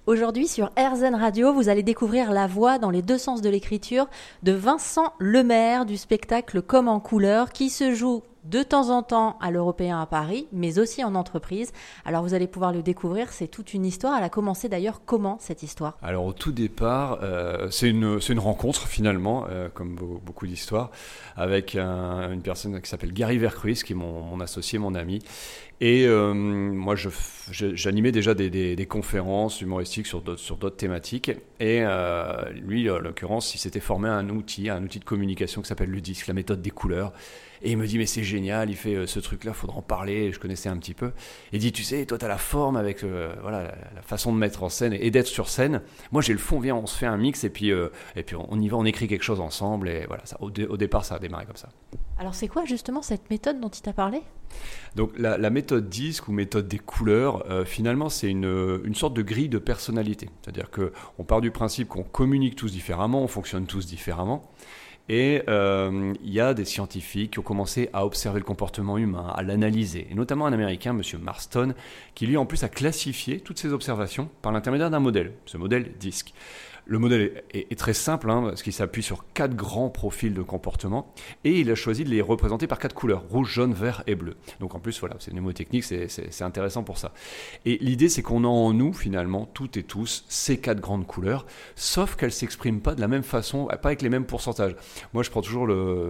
Aujourd'hui, sur RZN Radio, vous allez découvrir la voix dans les deux sens de l'écriture de Vincent Lemaire du spectacle Comme en couleur qui se joue de temps en temps à l'Européen à Paris, mais aussi en entreprise. Alors vous allez pouvoir le découvrir, c'est toute une histoire. Elle a commencé d'ailleurs comment cette histoire ? Alors au tout départ, c'est une rencontre finalement, comme beaucoup d'histoires, avec une personne qui s'appelle Gary Vercruis, qui est mon associé, mon ami. Et moi, j'animais déjà des conférences humoristiques sur d'autres thématiques. Et lui, en l'occurrence, il s'était formé à un outil de communication qui s'appelle le disque, la méthode des couleurs. Et il me dit, mais c'est génial, il fait ce truc-là, il faudra en parler. Je connaissais un petit peu. Il dit, tu sais, toi, tu as la forme avec la façon de mettre en scène et d'être sur scène. Moi, j'ai le fond, viens, on se fait un mix et puis on y va, on écrit quelque chose ensemble. Et voilà, au départ, ça a démarré comme ça. Alors c'est quoi justement cette méthode dont il t'a parlé ? Donc la méthode disque ou méthode des couleurs, finalement, c'est une sorte de grille de personnalité. C'est-à-dire qu'on part du principe qu'on communique tous différemment, on fonctionne tous différemment. Et il y a des scientifiques qui ont commencé à observer le comportement humain, à l'analyser. Et notamment un Américain, M. Marston, qui lui en plus a classifié toutes ces observations par l'intermédiaire d'un modèle, ce modèle disque. Le modèle est très simple, parce qu'il s'appuie sur 4 grands profils de comportement et il a choisi de les représenter par 4 couleurs, rouge, jaune, vert et bleu. Donc en plus, voilà, c'est mnémotechnique, c'est intéressant pour ça. Et l'idée, c'est qu'on a en nous, finalement, toutes et tous, ces 4 grandes couleurs, sauf qu'elles ne s'expriment pas de la même façon, pas avec les mêmes pourcentages. Moi, je prends toujours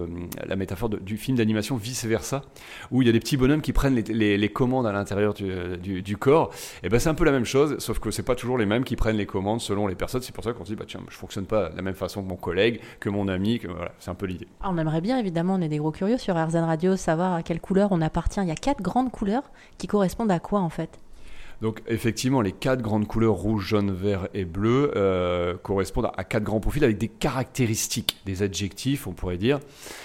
la métaphore du film d'animation vice-versa, où il y a des petits bonhommes qui prennent les commandes à l'intérieur du corps. Et ben c'est un peu la même chose, sauf que c'est pas toujours les mêmes qui prennent les commandes selon les personnes. C'est pour ça qu'on se dit, tiens, je fonctionne pas de la même façon que mon collègue, que mon ami, voilà, c'est un peu l'idée. On aimerait bien, évidemment, on est des gros curieux sur RZN Radio, savoir à quelle couleur on appartient. Il y a 4 grandes couleurs qui correspondent à quoi en fait ? Donc effectivement, les 4 grandes couleurs, rouge, jaune, vert et bleu, correspondent à 4 grands profils avec des caractéristiques, des adjectifs, on pourrait dire.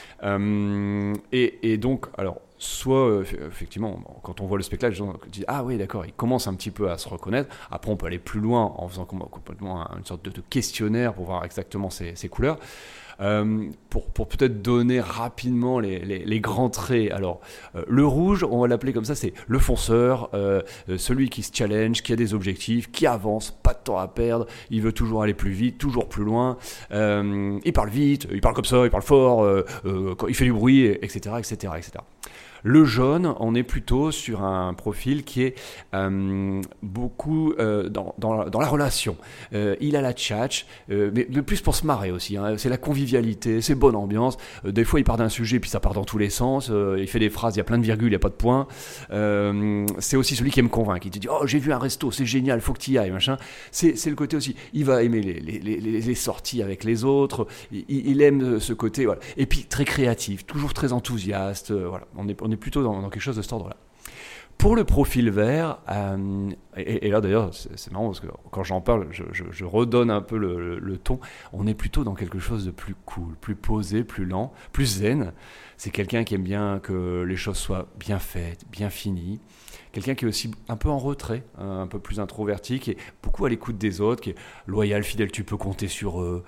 Et donc, alors, soit, effectivement, quand on voit le spectacle, les gens disent « Ah oui, d'accord, il commence un petit peu à se reconnaître. » Après, on peut aller plus loin en faisant complètement une sorte de questionnaire pour voir exactement ces couleurs. Pour peut-être donner rapidement les grands traits. Alors, le rouge, on va l'appeler comme ça, c'est le fonceur, celui qui se challenge, qui a des objectifs, qui avance, pas de temps à perdre, il veut toujours aller plus vite, toujours plus loin, il parle vite, il parle comme ça, il parle fort, il fait du bruit, etc., etc., etc. Le jaune, on est plutôt sur un profil qui est beaucoup dans la relation. Il a la tchatche, mais plus pour se marrer aussi. C'est la convivialité, c'est bonne ambiance. Des fois, il part d'un sujet, puis ça part dans tous les sens. Il fait des phrases, il y a plein de virgules, il n'y a pas de points. C'est aussi celui qui aime convaincre. Il te dit « Oh, j'ai vu un resto, c'est génial, faut que tu y ailles. » machin. C'est le côté aussi. Il va aimer les sorties avec les autres. Il aime ce côté. Voilà. Et puis, très créatif, toujours très enthousiaste. Voilà. On est plutôt dans quelque chose de cet ordre-là. Pour le profil vert, et là d'ailleurs c'est marrant parce que quand j'en parle, je redonne un peu le ton, on est plutôt dans quelque chose de plus cool, plus posé, plus lent, plus zen. C'est quelqu'un qui aime bien que les choses soient bien faites, bien finies. Quelqu'un qui est aussi un peu en retrait, un peu plus introverti, qui est beaucoup à l'écoute des autres, qui est loyal, fidèle, tu peux compter sur eux.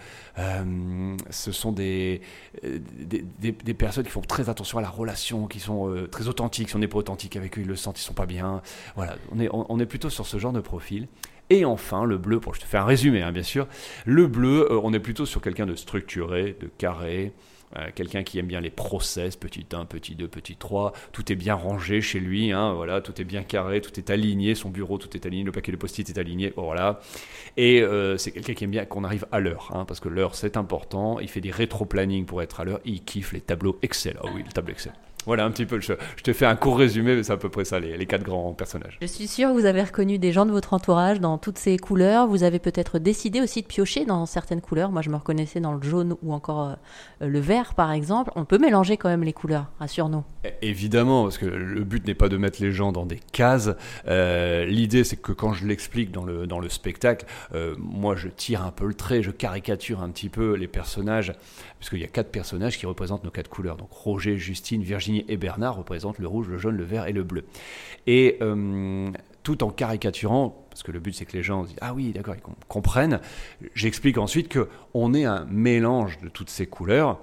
Ce sont des personnes qui font très attention à la relation, qui sont très authentiques. Si on n'est pas authentique avec eux, ils le sentent, ils ne sont pas bien. Voilà, on est plutôt sur ce genre de profil. Et enfin, le bleu, je te fais un résumé, bien sûr. Le bleu, on est plutôt sur quelqu'un de structuré, de carré, quelqu'un qui aime bien les process, petit 1, petit 2, petit 3, tout est bien rangé chez lui, voilà, tout est bien carré, tout est aligné, son bureau, tout est aligné, le paquet de post-it est aligné, voilà. Et c'est quelqu'un qui aime bien qu'on arrive à l'heure, parce que l'heure c'est important, il fait des rétro-planning pour être à l'heure, il kiffe les tableaux Excel, ah oui, le tableau Excel. Voilà un petit peu, je te fais un court résumé, mais c'est à peu près ça, les 4 grands personnages. Je suis sûre que vous avez reconnu des gens de votre entourage dans toutes ces couleurs. Vous avez peut-être décidé aussi de piocher dans certaines couleurs. Moi, je me reconnaissais dans le jaune ou encore le vert, par exemple. On peut mélanger quand même les couleurs, rassure-nous. Évidemment, parce que le but n'est pas de mettre les gens dans des cases. L'idée, c'est que quand je l'explique dans le spectacle, moi, je tire un peu le trait, je caricature un petit peu les personnages, puisqu'il y a 4 personnages qui représentent nos 4 couleurs. Donc Roger, Justine, Virginie et Bernard représentent le rouge, le jaune, le vert et le bleu. Et tout en caricaturant, parce que le but c'est que les gens disent « Ah oui, d'accord, ils comprennent », j'explique ensuite qu'on est un mélange de toutes ces couleurs.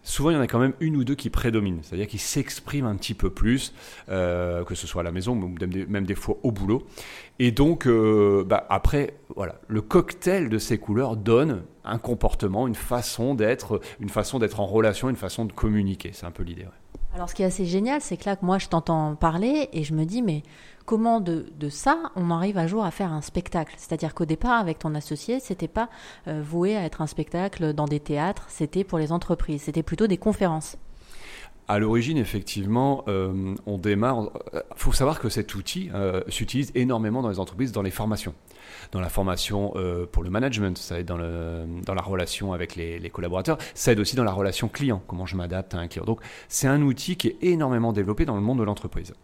souvent il y en a quand même une ou deux qui prédominent, c'est-à-dire qui s'expriment un petit peu plus, que ce soit à la maison ou même des fois au boulot. Et donc, après, voilà, le cocktail de ces couleurs donne un comportement, une façon d'être en relation, une façon de communiquer. C'est un peu l'idée. Ouais. Alors, ce qui est assez génial, c'est que là, moi, je t'entends parler et je me dis, mais comment de ça, on arrive un jour à faire un spectacle? C'est-à-dire qu'au départ, avec ton associé, c'était pas voué à être un spectacle dans des théâtres, c'était pour les entreprises, c'était plutôt des conférences. À l'origine, effectivement, on démarre. Faut savoir que cet outil s'utilise énormément dans les entreprises, dans les formations. Dans la formation pour le management, ça aide dans la relation avec les collaborateurs, ça aide aussi dans la relation client, comment je m'adapte à un client. Donc, c'est un outil qui est énormément développé dans le monde de l'entreprise.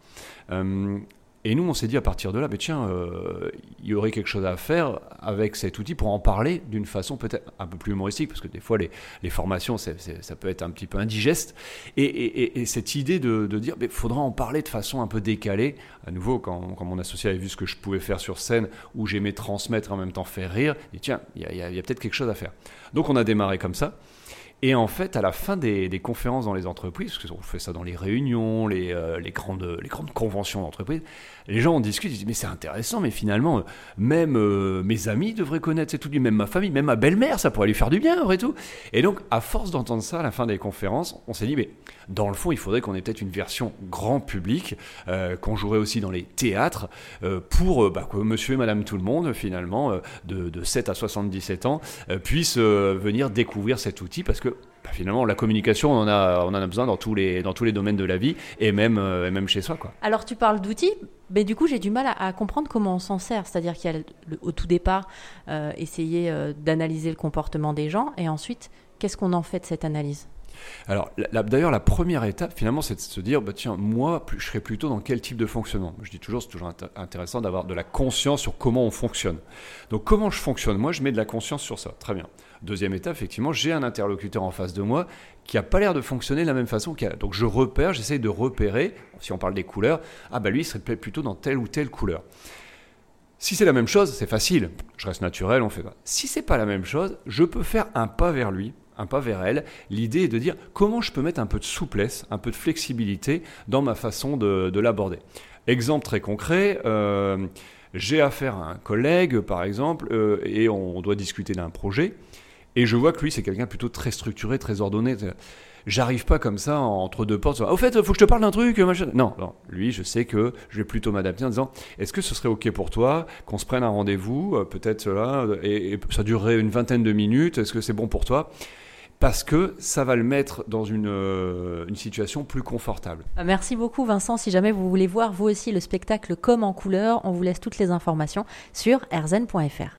Et nous, on s'est dit à partir de là, il y aurait quelque chose à faire avec cet outil pour en parler d'une façon peut-être un peu plus humoristique, parce que des fois, les formations, ça peut être un petit peu indigeste. Et cette idée de dire, il faudra en parler de façon un peu décalée. À nouveau, quand mon associé avait vu ce que je pouvais faire sur scène, où j'aimais transmettre et en même temps faire rire, il dit, tiens, il y a peut-être quelque chose à faire. Donc, on a démarré comme ça. Et en fait, à la fin des conférences dans les entreprises, parce qu'on fait ça dans les réunions, les grandes conventions d'entreprise, les gens en discutent, ils disent mais c'est intéressant, mais finalement, même mes amis devraient connaître, c'est tout, même ma famille, même ma belle-mère, ça pourrait lui faire du bien, après tout. Et donc, à force d'entendre ça à la fin des conférences, on s'est dit, mais dans le fond, il faudrait qu'on ait peut-être une version grand public, qu'on jouerait aussi dans les théâtres, pour que monsieur et madame tout le monde, finalement, de 7 à 77 ans, puissent venir découvrir cet outil, parce que finalement, la communication, on en a besoin dans tous les domaines de la vie et même chez soi, quoi. Alors, tu parles d'outils, mais du coup, j'ai du mal à comprendre comment on s'en sert. C'est-à-dire qu'il y a au tout départ, essayer d'analyser le comportement des gens et ensuite, qu'est-ce qu'on en fait de cette analyse ? Alors, d'ailleurs, la première étape, finalement, c'est de se dire, tiens, moi, je serais plutôt dans quel type de fonctionnement ? Je dis toujours, c'est toujours intéressant d'avoir de la conscience sur comment on fonctionne. Donc, comment je fonctionne ? Moi, je mets de la conscience sur ça. Très bien. Deuxième étape, effectivement, j'ai un interlocuteur en face de moi qui n'a pas l'air de fonctionner de la même façon qu'elle. Donc, j'essaye de repérer, si on parle des couleurs, lui, il serait plutôt dans telle ou telle couleur. Si c'est la même chose, c'est facile. Je reste naturel, on fait ça. Si c'est pas la même chose, je peux faire un pas vers lui, un pas vers elle. L'idée est de dire comment je peux mettre un peu de souplesse, un peu de flexibilité dans ma façon de l'aborder. Exemple très concret, j'ai affaire à un collègue, par exemple, et on doit discuter d'un projet. Et je vois que lui, c'est quelqu'un plutôt très structuré, très ordonné. J'arrive pas comme ça entre deux portes. Au fait, faut que je te parle d'un truc, machin. Non, lui, je sais que je vais plutôt m'adapter en disant, est-ce que ce serait ok pour toi qu'on se prenne un rendez-vous, peut-être là, et ça durerait une vingtaine de minutes. Est-ce que c'est bon pour toi ? Parce que ça va le mettre dans une situation plus confortable. Merci beaucoup Vincent. Si jamais vous voulez voir vous aussi le spectacle Comme en couleur, on vous laisse toutes les informations sur rzn.fr.